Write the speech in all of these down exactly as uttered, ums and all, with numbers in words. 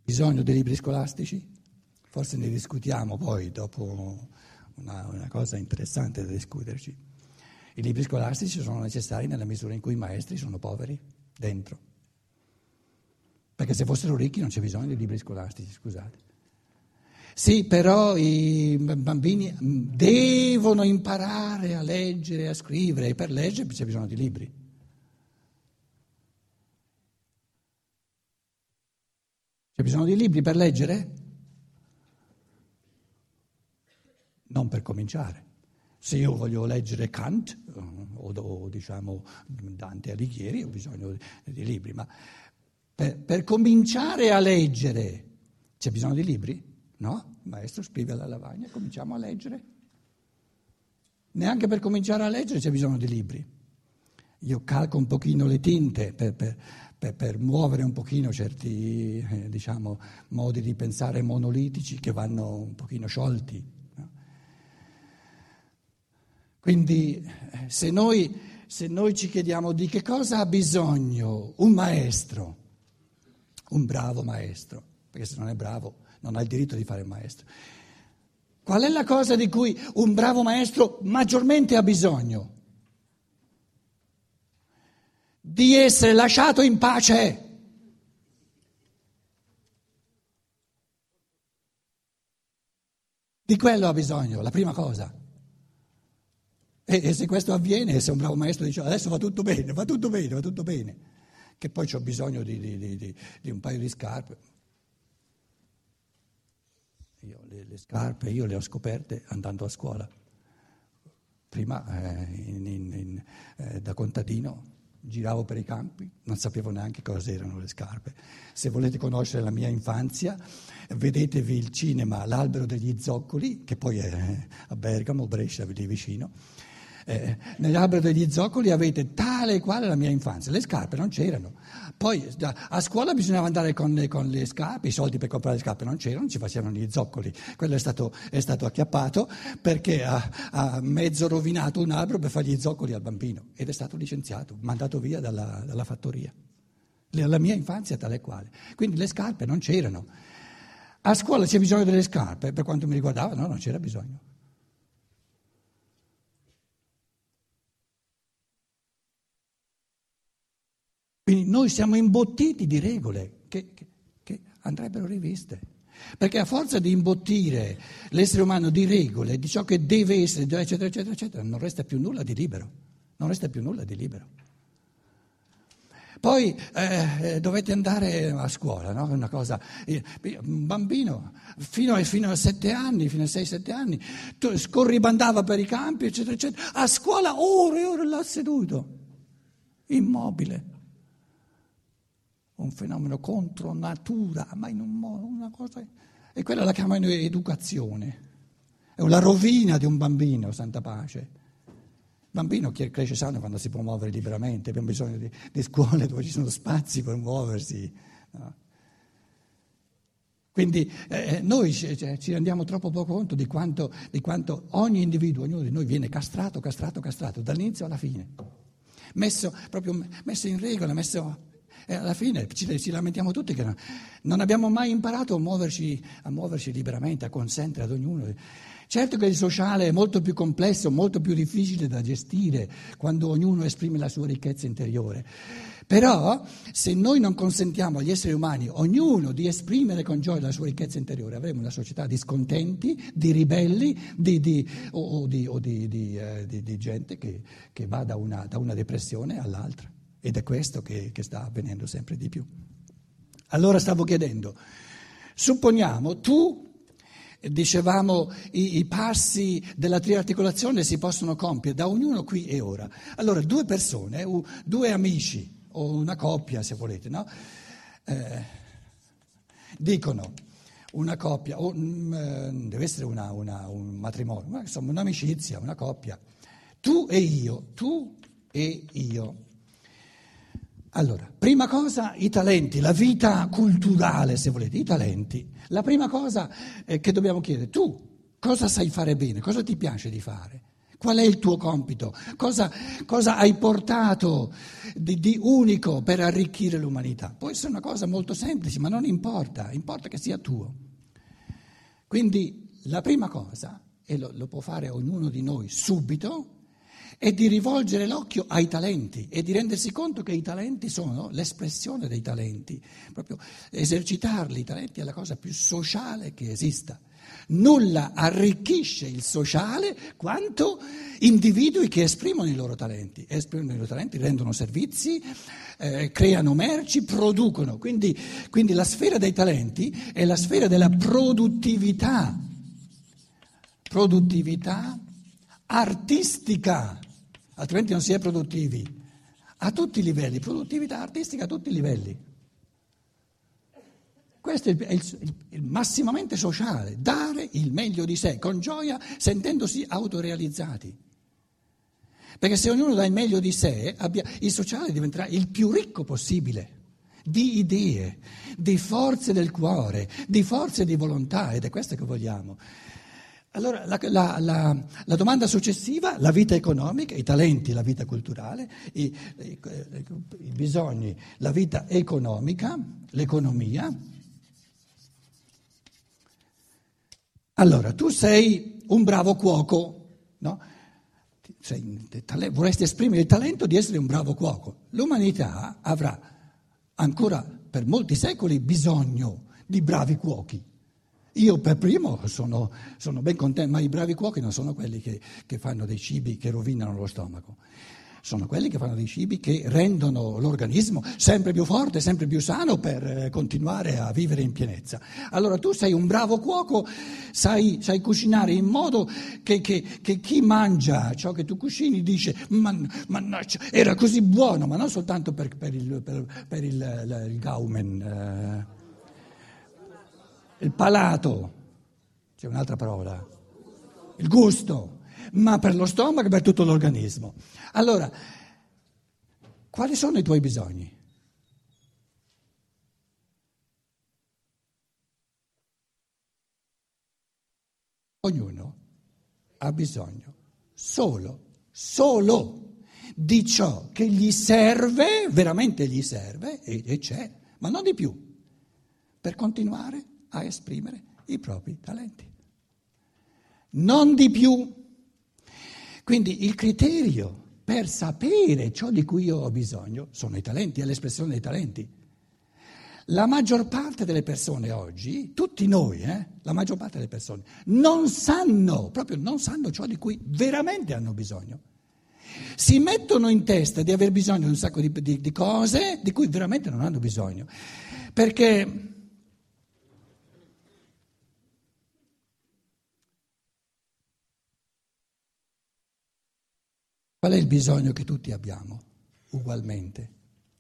Bisogno dei libri scolastici? Forse ne discutiamo poi dopo una, una cosa interessante da discuterci. I libri scolastici sono necessari nella misura in cui i maestri sono poveri dentro. Perché se fossero ricchi non c'è bisogno di libri scolastici, scusate. Sì, però i bambini devono imparare a leggere e a scrivere, e per leggere c'è bisogno di libri. C'è bisogno di libri per leggere? Non per cominciare. Se io voglio leggere Kant o, o diciamo Dante Alighieri ho bisogno di, di libri, ma per, per cominciare a leggere c'è bisogno di libri? No? Il maestro scrive alla lavagna e cominciamo a leggere. Neanche per cominciare a leggere c'è bisogno di libri. Io calco un pochino le tinte per, per, per, per muovere un pochino certi eh, diciamo, modi di pensare monolitici che vanno un pochino sciolti. No? Quindi se noi, se noi ci chiediamo di che cosa ha bisogno un maestro, un bravo maestro, perché se non è bravo non ha il diritto di fare il maestro, qual è la cosa di cui un bravo maestro maggiormente ha bisogno? Di essere lasciato in pace. Di quello ha bisogno, la prima cosa. E, e se questo avviene, se un bravo maestro dice adesso va tutto bene, va tutto bene, va tutto bene, che poi ho bisogno di, di, di, di, di un paio di scarpe. Io le, le scarpe io le ho scoperte andando a scuola. Prima eh, in, in, in, eh, da contadino giravo per i campi, non sapevo neanche cosa erano le scarpe. Se volete conoscere la mia infanzia, vedetevi il cinema L'Albero degli Zoccoli, che poi è a Bergamo, Brescia, lì vicino. Eh, nell'Albero degli Zoccoli avete tale e quale la mia infanzia, le scarpe non c'erano. Poi a scuola bisognava andare con le, con le scarpe, i soldi per comprare le scarpe non c'erano, ci facevano gli zoccoli. Quello è stato, è stato acchiappato perché ha, ha mezzo rovinato un albero per fare gli zoccoli al bambino ed è stato licenziato, mandato via dalla, dalla fattoria. La mia infanzia è tale e quale. Quindi le scarpe non c'erano. A scuola c'è bisogno delle scarpe, per quanto mi riguardava no, non c'era bisogno. Quindi noi siamo imbottiti di regole che, che, che andrebbero riviste, perché a forza di imbottire l'essere umano di regole, di ciò che deve essere, eccetera, eccetera, eccetera, non resta più nulla di libero, non resta più nulla di libero. Poi eh, dovete andare a scuola, no? Una cosa, un bambino fino a, fino a sette anni, fino a sei sette anni, scorribandava per i campi, eccetera, eccetera, a scuola ore e ore là seduto, immobile. Un fenomeno contro natura, ma in un modo, una cosa... E quella la chiamano educazione. È la rovina di un bambino, santa pace. Il bambino cresce sano quando si può muovere liberamente, abbiamo bisogno di, di scuole dove ci sono spazi per muoversi. No? Quindi eh, noi ci, ci rendiamo troppo poco conto di quanto, di quanto ogni individuo, ognuno di noi viene castrato, castrato, castrato, dall'inizio alla fine. Messo, proprio, messo in regola, messo... E alla fine ci, ci lamentiamo tutti che non, non abbiamo mai imparato a muoverci, a muoverci liberamente, a consentire ad ognuno. Certo che il sociale è molto più complesso, molto più difficile da gestire quando ognuno esprime la sua ricchezza interiore. Però se noi non consentiamo agli esseri umani, ognuno, di esprimere con gioia la sua ricchezza interiore, avremo una società di scontenti, di ribelli, di, di, o, o, di, o di, di, eh, di, di gente che, che va da una, da una depressione all'altra. Ed è questo che, che sta avvenendo sempre di più. Allora stavo chiedendo, supponiamo tu, dicevamo, i, i passi della triarticolazione si possono compiere da ognuno qui e ora. Allora due persone, uh, due amici o una coppia se volete, no? Eh, dicono una coppia, o um, deve essere una, una, un matrimonio, ma insomma un'amicizia, una coppia, tu e io, tu e io. Allora, prima cosa i talenti, la vita culturale se volete, i talenti. La prima cosa eh, che dobbiamo chiedere, tu cosa sai fare bene, cosa ti piace di fare? Qual è il tuo compito? Cosa, cosa hai portato di, di unico per arricchire l'umanità? Può essere una cosa molto semplice, ma non importa, importa che sia tuo. Quindi la prima cosa, e lo, lo può fare ognuno di noi subito, è di rivolgere l'occhio ai talenti e di rendersi conto che i talenti sono l'espressione dei talenti. Proprio esercitarli, i talenti è la cosa più sociale che esista. Nulla arricchisce il sociale quanto individui che esprimono i loro talenti, esprimono i loro talenti, rendono servizi, eh, creano merci, producono. Quindi, quindi la sfera dei talenti è la sfera della produttività, produttività artistica, altrimenti non si è produttivi, a tutti i livelli, produttività artistica a tutti i livelli. Questo è il, è il, il, il massimamente sociale, dare il meglio di sé, con gioia, sentendosi autorealizzati. Perché se ognuno dà il meglio di sé, abbia, il sociale diventerà il più ricco possibile, di idee, di forze del cuore, di forze di volontà, ed è questo che vogliamo. Allora la, la, la, la domanda successiva, la vita economica, i talenti, la vita culturale, i, i, i bisogni, la vita economica, l'economia. Allora, tu sei un bravo cuoco, no? Sei, vorresti esprimere il talento di essere un bravo cuoco. L'umanità avrà ancora per molti secoli bisogno di bravi cuochi. Io per primo sono, sono ben contento, ma i bravi cuochi non sono quelli che, che fanno dei cibi che rovinano lo stomaco. Sono quelli che fanno dei cibi che rendono l'organismo sempre più forte, sempre più sano per continuare a vivere in pienezza. Allora tu sei un bravo cuoco, sai, sai cucinare in modo che, che, che chi mangia ciò che tu cucini dice Man, mannaggia, era così buono, ma non soltanto per, per il, per, per il, il, il gaumen, eh, il palato, c'è un'altra parola, il gusto, ma per lo stomaco e per tutto l'organismo. Allora, quali sono i tuoi bisogni? Ognuno ha bisogno solo, solo di ciò che gli serve, veramente gli serve, e, e c'è, ma non di più, per continuare a esprimere i propri talenti. Non di più. Quindi il criterio per sapere ciò di cui io ho bisogno sono i talenti, è l'espressione dei talenti. La maggior parte delle persone oggi, tutti noi, eh, la maggior parte delle persone, non sanno, proprio non sanno ciò di cui veramente hanno bisogno. Si mettono in testa di aver bisogno di un sacco di, di, di cose di cui veramente non hanno bisogno. Perché qual è il bisogno che tutti abbiamo, ugualmente?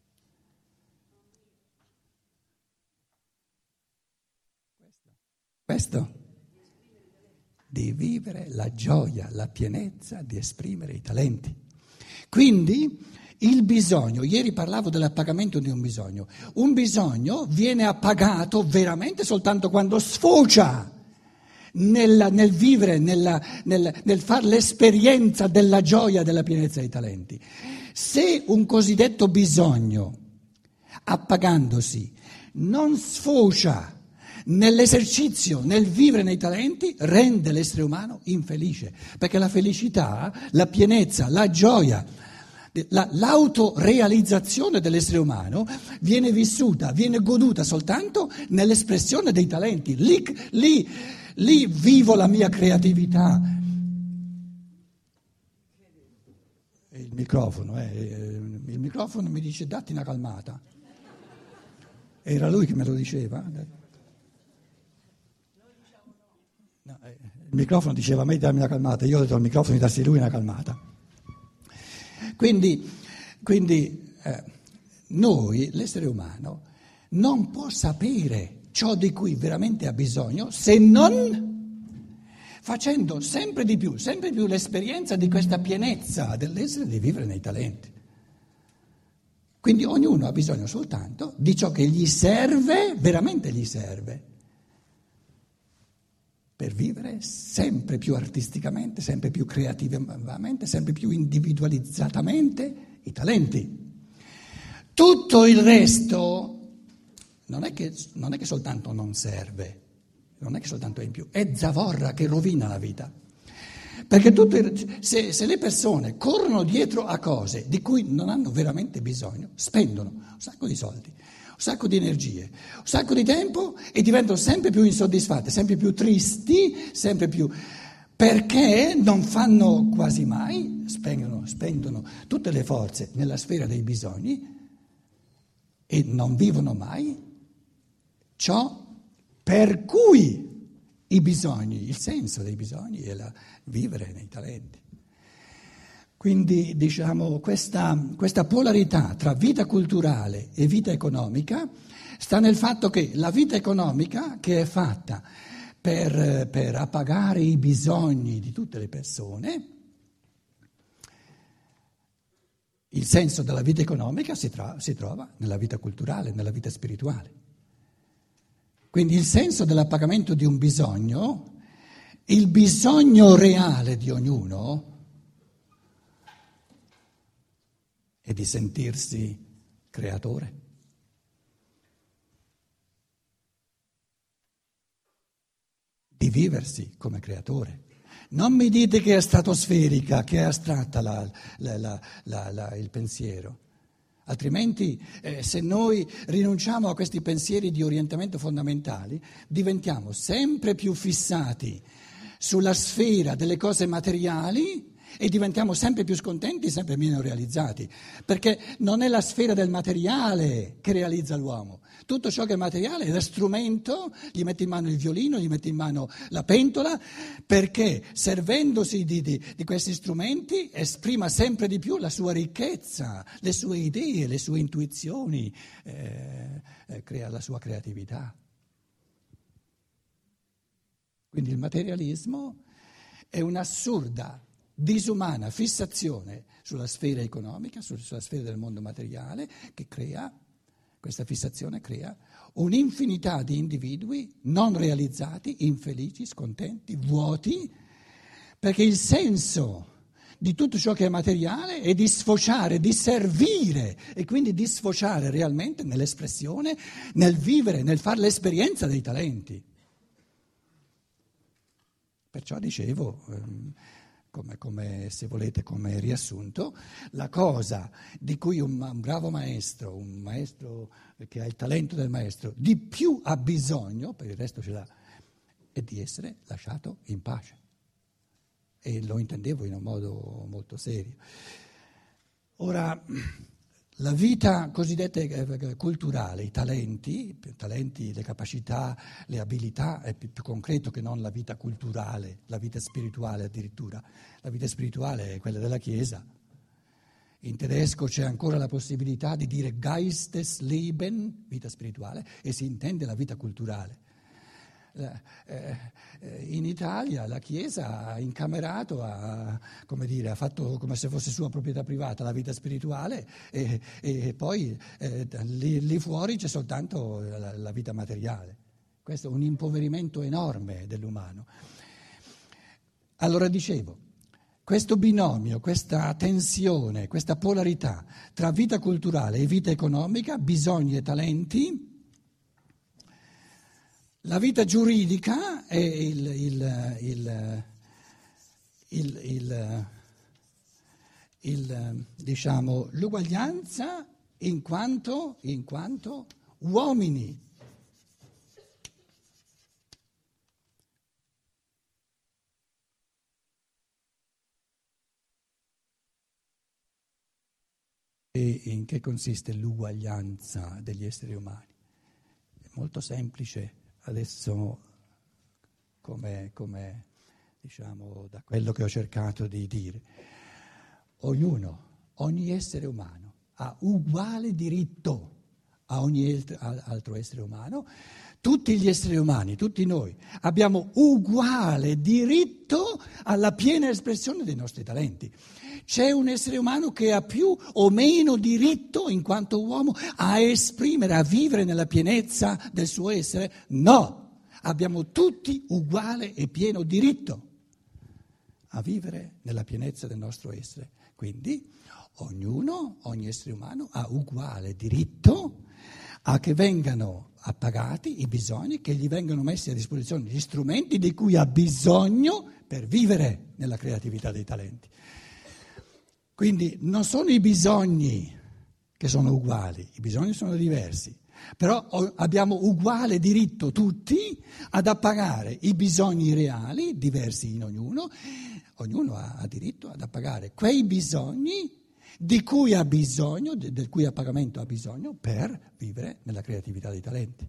Questo, di vivere la gioia, la pienezza di esprimere i talenti. Quindi il bisogno, ieri parlavo dell'appagamento di un bisogno, un bisogno viene appagato veramente soltanto quando sfocia nel, nel vivere, nella, nel, nel fare l'esperienza della gioia, della pienezza dei talenti. Se un cosiddetto bisogno, appagandosi, non sfocia nell'esercizio, nel vivere nei talenti, rende l'essere umano infelice, perché la felicità, la pienezza, la gioia, la, l'autorealizzazione dell'essere umano viene vissuta, viene goduta soltanto nell'espressione dei talenti. Lì, lì, lì vivo la mia creatività. Il microfono, eh, il microfono mi dice datti una calmata. Era lui che me lo diceva. No, eh, il microfono diceva a me di darmi una calmata, io ho detto al microfono di darsi lui una calmata. Quindi, quindi eh, noi, l'essere umano, non può sapere ciò di cui veramente ha bisogno se non facendo sempre di più, sempre più l'esperienza di questa pienezza dell'essere, di vivere nei talenti. Quindi ognuno ha bisogno soltanto di ciò che gli serve, veramente gli serve. per vivere sempre più artisticamente, sempre più creativamente, sempre più individualizzatamente i talenti. Tutto il resto non è che, non è che soltanto non serve, non è che soltanto è in più, è zavorra che rovina la vita. Perché tutto il, se, se le persone corrono dietro a cose di cui non hanno veramente bisogno, spendono un sacco di soldi, un sacco di energie, un sacco di tempo e diventano sempre più insoddisfatte, sempre più tristi, sempre più... perché non fanno quasi mai, spendono, spendono tutte le forze nella sfera dei bisogni e non vivono mai ciò per cui i bisogni, il senso dei bisogni è la vivere nei talenti. Quindi diciamo questa, questa polarità tra vita culturale e vita economica sta nel fatto che la vita economica, che è fatta per, per appagare i bisogni di tutte le persone, il senso della vita economica si, tra, si trova nella vita culturale, nella vita spirituale. Quindi il senso dell'appagamento di un bisogno, il bisogno reale di ognuno è di sentirsi creatore. Di viversi come creatore. Non mi dite che è stratosferica, che è astratta la, la, la, la, la, il pensiero. Altrimenti, eh, se noi rinunciamo a questi pensieri di orientamento fondamentali, diventiamo sempre più fissati sulla sfera delle cose materiali e diventiamo sempre più scontenti, sempre meno realizzati, perché non è la sfera del materiale che realizza l'uomo. Tutto ciò che è materiale è lo strumento, gli metti in mano il violino, gli metti in mano la pentola, perché servendosi di, di, di questi strumenti esprima sempre di più la sua ricchezza, le sue idee, le sue intuizioni, eh, eh, crea la sua creatività. Quindi il materialismo è un'assurda, disumana fissazione sulla sfera economica, sulla sfera del mondo materiale, che crea, questa fissazione crea un'infinità di individui non realizzati, infelici, scontenti, vuoti, perché il senso di tutto ciò che è materiale è di sfociare, di servire e quindi di sfociare realmente nell'espressione, nel vivere, nel fare l'esperienza dei talenti. Perciò dicevo, ehm, come, come se volete, come riassunto, la cosa di cui un, un bravo maestro, un maestro che ha il talento del maestro, di più ha bisogno, per il resto ce l'ha, è di essere lasciato in pace. E lo intendevo in un modo molto serio. Ora, la vita cosiddetta culturale, i talenti, i talenti, le capacità, le abilità, è più, più concreto che non la vita culturale, la vita spirituale addirittura. La vita spirituale è quella della Chiesa. In tedesco c'è ancora la possibilità di dire Geistesleben, vita spirituale, e si intende la vita culturale. In Italia la Chiesa ha incamerato, ha, come dire, ha fatto come se fosse sua proprietà privata la vita spirituale e, e poi eh, lì, lì fuori c'è soltanto la, la vita materiale. Questo è un impoverimento enorme dell'umano. Allora dicevo, questo binomio, questa tensione, questa polarità tra vita culturale e vita economica, bisogni e talenti. La vita giuridica è il, il, il, il, il, il, diciamo, l'uguaglianza in quanto, in quanto uomini. E in che consiste l'uguaglianza degli esseri umani? È molto semplice. Adesso, come, come diciamo, da quello che ho cercato di dire, ognuno, ogni essere umano ha uguale diritto a ogni altro essere umano. Tutti gli esseri umani, tutti noi, abbiamo uguale diritto alla piena espressione dei nostri talenti. C'è un essere umano che ha più o meno diritto, in quanto uomo, a esprimere, a vivere nella pienezza del suo essere? No! abbiamo tutti uguale e pieno diritto a vivere nella pienezza del nostro essere. Quindi ognuno, ogni essere umano ha uguale diritto a che vengano appagati i bisogni, che gli vengano messi a disposizione gli strumenti di cui ha bisogno per vivere nella creatività dei talenti. Quindi non sono i bisogni che sono uguali, i bisogni sono diversi, però abbiamo uguale diritto tutti ad appagare i bisogni reali, diversi in ognuno, ognuno ha, ha diritto ad appagare quei bisogni di cui ha bisogno, del cui appagamento ha bisogno per vivere nella creatività dei talenti.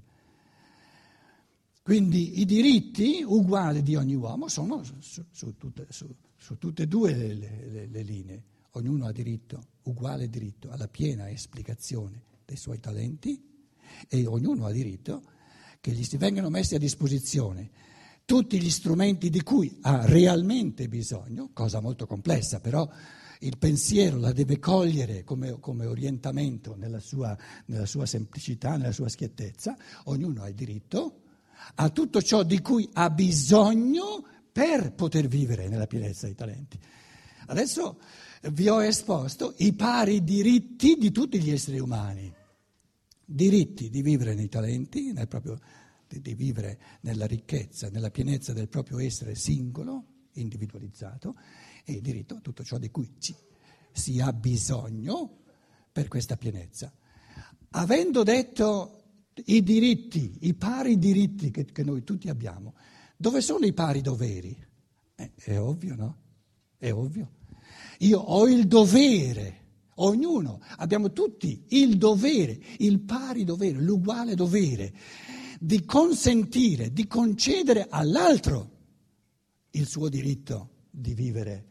Quindi i diritti uguali di ogni uomo sono su, su, tutte, su, su tutte e due le, le, le linee. Ognuno ha diritto, uguale diritto alla piena esplicazione dei suoi talenti e ognuno ha diritto che gli si vengano messi a disposizione tutti gli strumenti di cui ha realmente bisogno, cosa molto complessa, però il pensiero la deve cogliere come, come orientamento nella sua, nella sua semplicità, nella sua schiettezza. Ognuno ha il diritto a tutto ciò di cui ha bisogno per poter vivere nella pienezza dei talenti. Adesso vi ho esposto i pari diritti di tutti gli esseri umani, diritti di vivere nei talenti, nel proprio, di, di vivere nella ricchezza, nella pienezza del proprio essere singolo, individualizzato, e il diritto a tutto ciò di cui ci, si ha bisogno per questa pienezza. Avendo detto i diritti, i pari diritti che, che noi tutti abbiamo, dove sono i pari doveri? Eh, è ovvio, no? È ovvio. Io ho il dovere, ognuno, abbiamo tutti il dovere, il pari dovere, l'uguale dovere di consentire, di concedere all'altro il suo diritto di vivere.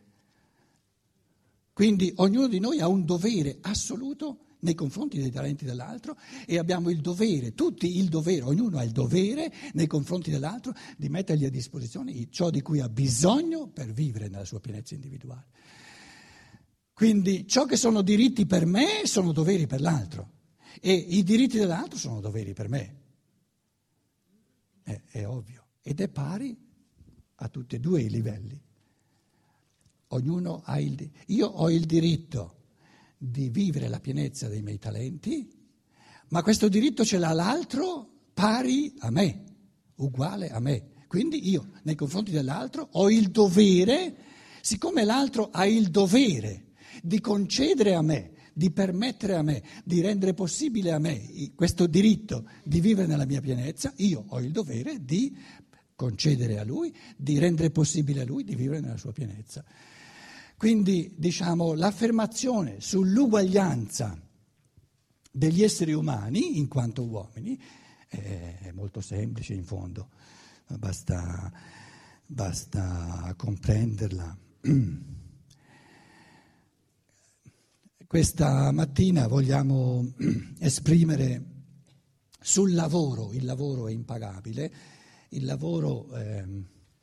Quindi ognuno di noi ha un dovere assoluto nei confronti dei talenti dell'altro e abbiamo il dovere, tutti il dovere, ognuno ha il dovere nei confronti dell'altro di mettergli a disposizione ciò di cui ha bisogno per vivere nella sua pienezza individuale. Quindi ciò che sono diritti per me sono doveri per l'altro e i diritti dell'altro sono doveri per me. È, è ovvio ed è pari a tutti e due i livelli. Ognuno ha il io ho il diritto di vivere la pienezza dei miei talenti, ma questo diritto ce l'ha l'altro pari a me, uguale a me. Quindi io nei confronti dell'altro ho il dovere, siccome l'altro ha il dovere di concedere a me, di permettere a me, di rendere possibile a me questo diritto di vivere nella mia pienezza, io ho il dovere di concedere a lui, di rendere possibile a lui di vivere nella sua pienezza. Quindi, diciamo, l'affermazione sull'uguaglianza degli esseri umani in quanto uomini è molto semplice in fondo, basta, basta comprenderla. Questa mattina vogliamo esprimere sul lavoro, il lavoro è impagabile, il lavoro, eh,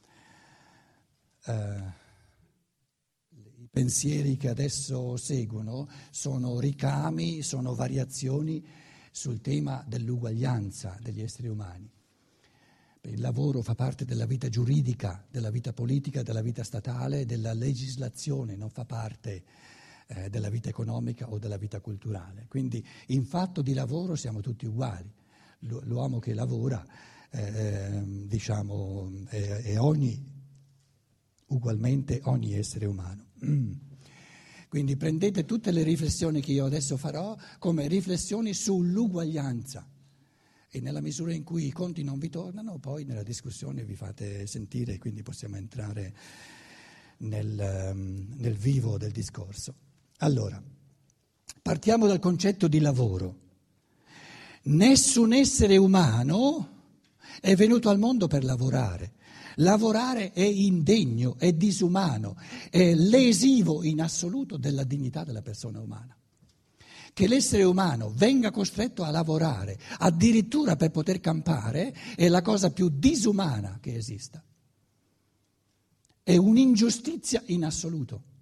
eh, i pensieri che adesso seguono sono ricami, sono variazioni sul tema dell'uguaglianza degli esseri umani. Il lavoro fa parte della vita giuridica, della vita politica, della vita statale, della legislazione, non fa parte eh, della vita economica o della vita culturale. Quindi in fatto di lavoro siamo tutti uguali. L'uomo che lavora, eh, diciamo, è, è ogni, ugualmente ogni essere umano. Mm. Quindi prendete tutte le riflessioni che io adesso farò come riflessioni sull'uguaglianza. E nella misura in cui i conti non vi tornano, poi nella discussione vi fate sentire e quindi possiamo entrare nel, nel vivo del discorso. Allora, partiamo dal concetto di lavoro. Nessun essere umano è venuto al mondo per lavorare. Lavorare è indegno, è disumano, è lesivo in assoluto della dignità della persona umana. Che l'essere umano venga costretto a lavorare addirittura per poter campare è la cosa più disumana che esista. È un'ingiustizia in assoluto.